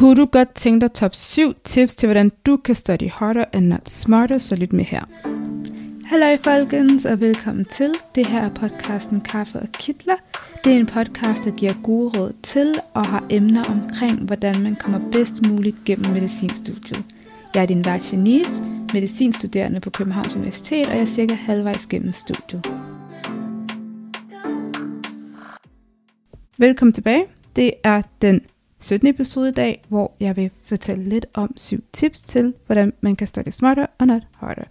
Kunne du godt tænke dig top 7 tips til, hvordan du kan study harder and not smarter, så lyt med her. Halløj folkens, og velkommen til. Det her er podcasten Kaffe og Kitler. Det er en podcast, der giver gode råd til og har emner omkring, hvordan man kommer bedst muligt gennem medicinstudiet. Jeg er din vært Janice, medicinstuderende på Københavns Universitet, og jeg er cirka halvvejs gennem studiet. Velkommen tilbage. Det er den 17. episode i dag, hvor jeg vil fortælle lidt om 7 tips til, hvordan man kan study smarter og not harder.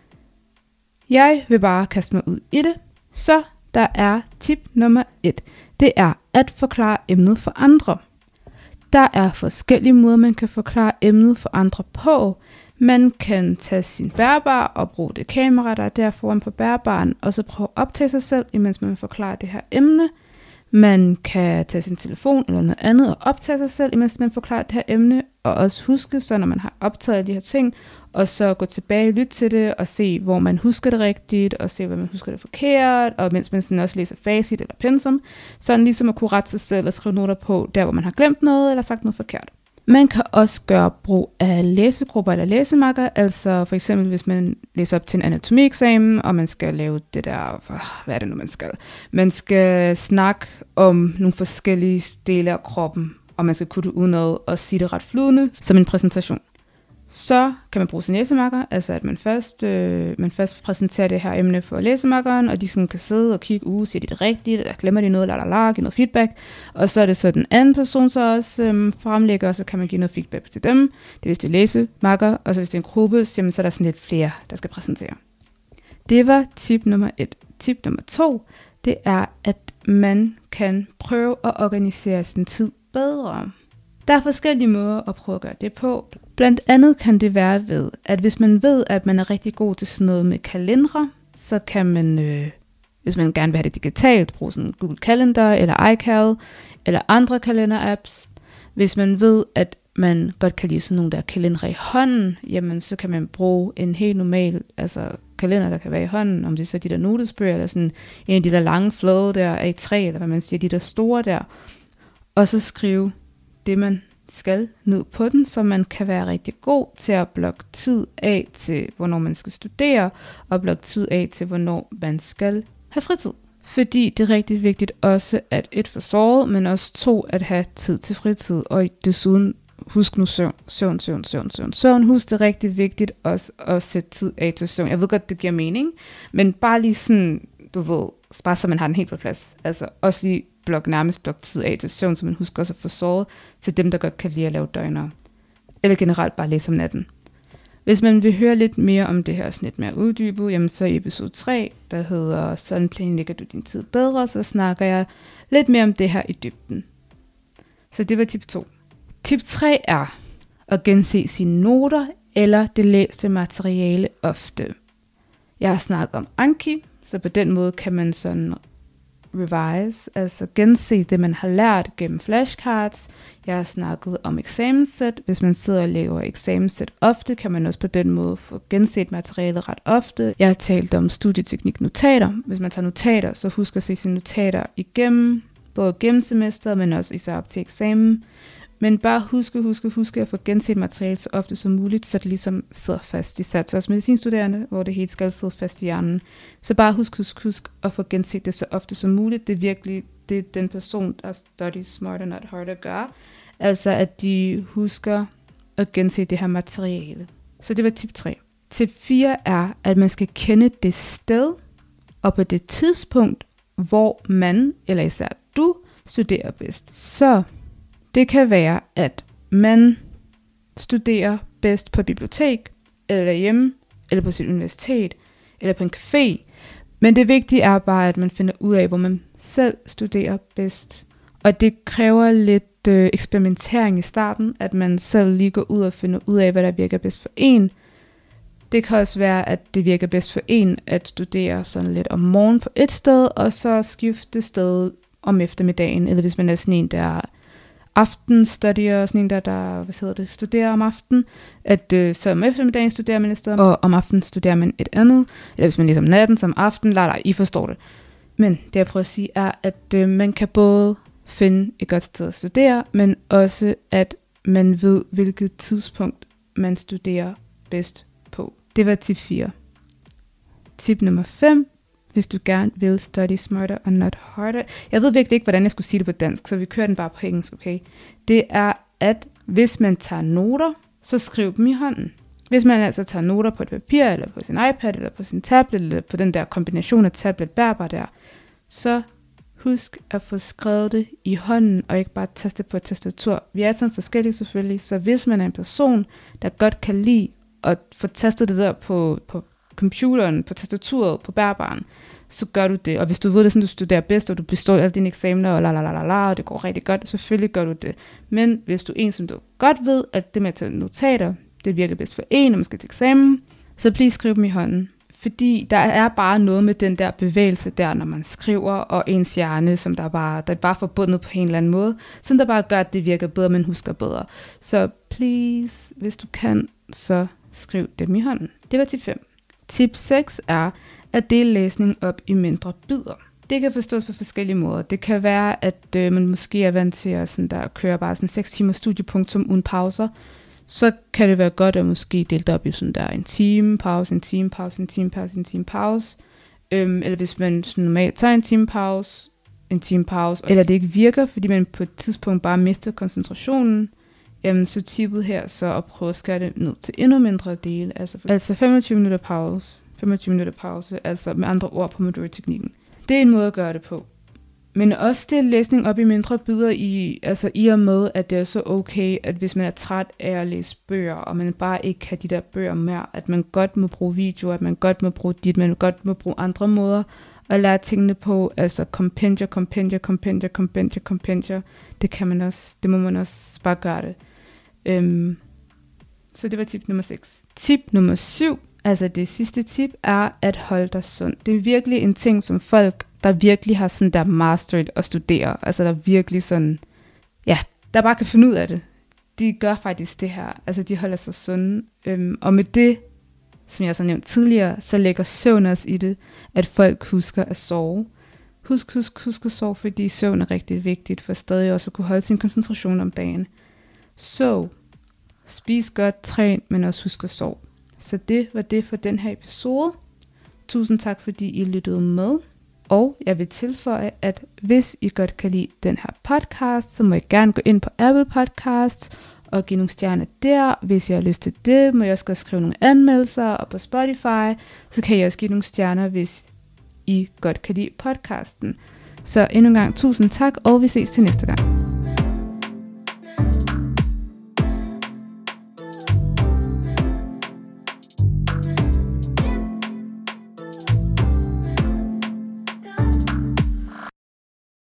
Jeg vil bare kaste mig ud i det. Så der er tip nummer 1. Det er at forklare emnet for andre. Der er forskellige måder, man kan forklare emnet for andre på. Man kan tage sin bærbar og bruge det kamera, der er der foran på bærbaren, og så prøve at optage sig selv, imens man forklarer det her emne. Man kan tage sin telefon eller noget andet og optage sig selv, imens man forklarer det her emne, og også huske, så når man har optaget de her ting, og så gå tilbage og lytte til det, og se, hvor man husker det rigtigt, og se, hvor man husker det forkert, og mens man sådan også læser facit eller pensum, sådan ligesom at kunne rette sig selv og skrive noter på, der hvor man har glemt noget, eller sagt noget forkert. Man kan også gøre brug af læsegrupper eller læsemakker, altså for eksempel hvis man læser op til en anatomieksamen, og man skal lave det der, hvad er det nu man skal? Man skal snakke om nogle forskellige dele af kroppen, og man skal kunne det udenad og sige det ret flydende som en præsentation. Så kan man bruge sin læsemakker, altså at man først præsenterer det her emne for læsemakkeren, og de sådan kan sidde og kigge, siger de det rigtigt, eller glemmer de noget, give noget feedback. Og så er det så den anden person så også fremlægger, og så kan man give noget feedback til dem. Det er hvis det er læsemakker, og så hvis det er en gruppe, så er der sådan lidt flere, der skal præsentere. Det var tip nummer 1. Tip nummer 2, det er, at man kan prøve at organisere sin tid bedre. Der er forskellige måder at prøve at gøre det på. Blandt andet kan det være ved, at hvis man ved, at man er rigtig god til sådan noget med kalendere, så kan man, hvis man gerne vil have det digitalt, bruge sådan Google Calendar eller iCal eller andre kalender-apps. Hvis man ved, at man godt kan lide sådan nogle der kalendere i hånden, jamen så kan man bruge en helt normal kalender, der kan være i hånden, om det er så de der notesbøger, eller sådan en af de der lange flade der A3, eller hvad man siger, de der store der, og så skrive det, man skal ned på den, så man kan være rigtig god til at blokke tid af til, hvornår man skal studere, og blokke tid af til, hvornår man skal have fritid. Fordi det er rigtig vigtigt også, at 1 for såret, men også 2 at have tid til fritid, og desuden husk nu søvn. Husk, det er rigtig vigtigt også at sætte tid af til søvn. Jeg ved godt, det giver mening, men bare lige sådan, du ved, bare så man har den helt på plads. Altså også lige nærmest blok tid af til søvn, så man husker også at få sovet til dem, der godt kan lide at lave døgner. Eller generelt bare læse om natten. Hvis man vil høre lidt mere om det her, sådan lidt mere uddybet, jamen så i episode 3, der hedder Sådan planlægger du din tid bedre, så snakker jeg lidt mere om det her i dybden. Så det var tip 2. Tip 3 er at gense sine noter eller det læste materiale ofte. Jeg har snakket om Anki, så på den måde kan man sådan revise, altså gense det, man har lært gennem flashcards. Jeg har snakket om eksamenssæt. Hvis man sidder og laver eksamenssæt ofte, kan man også på den måde få genset materialet ret ofte. Jeg har talt om studieteknik-notater. Hvis man tager notater, så husk at se sine notater igennem, både gennem semesteret, men også især op til eksamen. Men bare huske at få genset materiale så ofte som muligt, så det ligesom sidder fast. Især til os medicinstuderende, hvor det hele skal sidde fast i hjernen. Så bare husk at få genset det så ofte som muligt. Det er virkelig det, den person, der study smarter not harder gør. Altså at de husker at gense det her materiale. Så det var tip 3. Tip 4 er, at man skal kende det sted og på det tidspunkt, hvor man, eller især du, studerer bedst. Så det kan være, at man studerer bedst på bibliotek, eller derhjemme, eller på sit universitet, eller på en café. Men det vigtige er bare, at man finder ud af, hvor man selv studerer bedst. Og det kræver lidt eksperimentering i starten, at man selv lige går ud og finder ud af, hvad der virker bedst for en. Det kan også være, at det virker bedst for en at studere sådan lidt om morgenen på et sted, og så skifte sted om eftermiddagen, eller hvis man er sådan en, der aftenstudier, sådan en der studerer om aftenen, at så om eftermiddagen studerer man et sted, og om aftenen studerer man et andet, eller hvis man ligesom natten som aften, I forstår det. Men det jeg prøver at sige er, at man kan både finde et godt sted at studere, men også at man ved, hvilket tidspunkt man studerer bedst på. Det var tip 4. Tip nummer 5. Hvis du gerne vil study smarter and not harder. Jeg ved virkelig ikke, hvordan jeg skulle sige det på dansk, så vi kører den bare på engelsk, okay? Det er, at hvis man tager noter, så skriv dem i hånden. Hvis man altså tager noter på et papir, eller på sin iPad, eller på sin tablet, eller på den der kombination af tablet-bærbar der, så husk at få skrevet det i hånden, og ikke bare taste på et tastatur. Vi er sådan forskellige selvfølgelig, så hvis man er en person, der godt kan lide at få tastet det der på computeren, på tastaturet, på bærbaren, så gør du det. Og hvis du ved det sådan, du studerer bedst, og du består alle dine eksamener, og det går rigtig godt, selvfølgelig gør du det. Men hvis du er en, som du godt ved, at det med at tage notater, det virker bedst for en, når man skal til eksamen, så please skriv dem i hånden. Fordi der er bare noget med den der bevægelse der, når man skriver, og ens hjerne, som der er bare forbundet på en eller anden måde, som der bare gør, at det virker bedre, man husker bedre. Så please, hvis du kan, så skriv dem i hånden. Det var tip 5. Tip 6 er at dele læsning op i mindre bidder. Det kan forstås på forskellige måder. Det kan være, at man måske er vant til at sådan der køre bare sådan 6 timer studiepunktum uden pauser. Så kan det være godt at måske dele det op i sådan der en time pause, en time pause, en time pause, en time pause. Eller hvis man sådan normalt tager en time pause, eller det ikke virker, fordi man på et tidspunkt bare mister koncentrationen, så tippet her så at prøve at skære det ned til endnu mindre dele. Altså 25 minutter pause, altså med andre ord på Pomodoro-teknikken. Det er en måde at gøre det på. Men også det læsning op i mindre bidder i og med, at det er så okay, at hvis man er træt af at læse bøger, og man bare ikke kan de der bøger mere, at man godt må bruge videoer, at man godt må bruge man godt må bruge andre måder at lære tingene på, altså compendier. Det kan man også, det må man også bare gøre det. Så det var tip nummer 6. Tip nummer 7, altså det sidste tip, er at holde dig sund. Det er virkelig en ting, som folk, der virkelig har sådan der mastered at studere, altså der virkelig sådan, ja, der bare kan finde ud af det. De gør faktisk det her, altså de holder sig sunde. Og med det, som jeg så nævnte tidligere, så lægger søvn også i det, at folk husker at sove. Husk at sove, fordi søvn er rigtig vigtigt, for stadig også at kunne holde sin koncentration om dagen. Så spis godt, træn, men også husk at sove. Så det var det for den her episode. Tusind tak, fordi I lyttede med. Og jeg vil tilføje, at hvis I godt kan lide den her podcast, så må I gerne gå ind på Apple Podcasts og give nogle stjerner der. Hvis I har lyst til det, må I også skrive nogle anmeldelser, og på Spotify, så kan I også give nogle stjerner, hvis I godt kan lide podcasten. Så endnu en gang tusind tak, og vi ses til næste gang.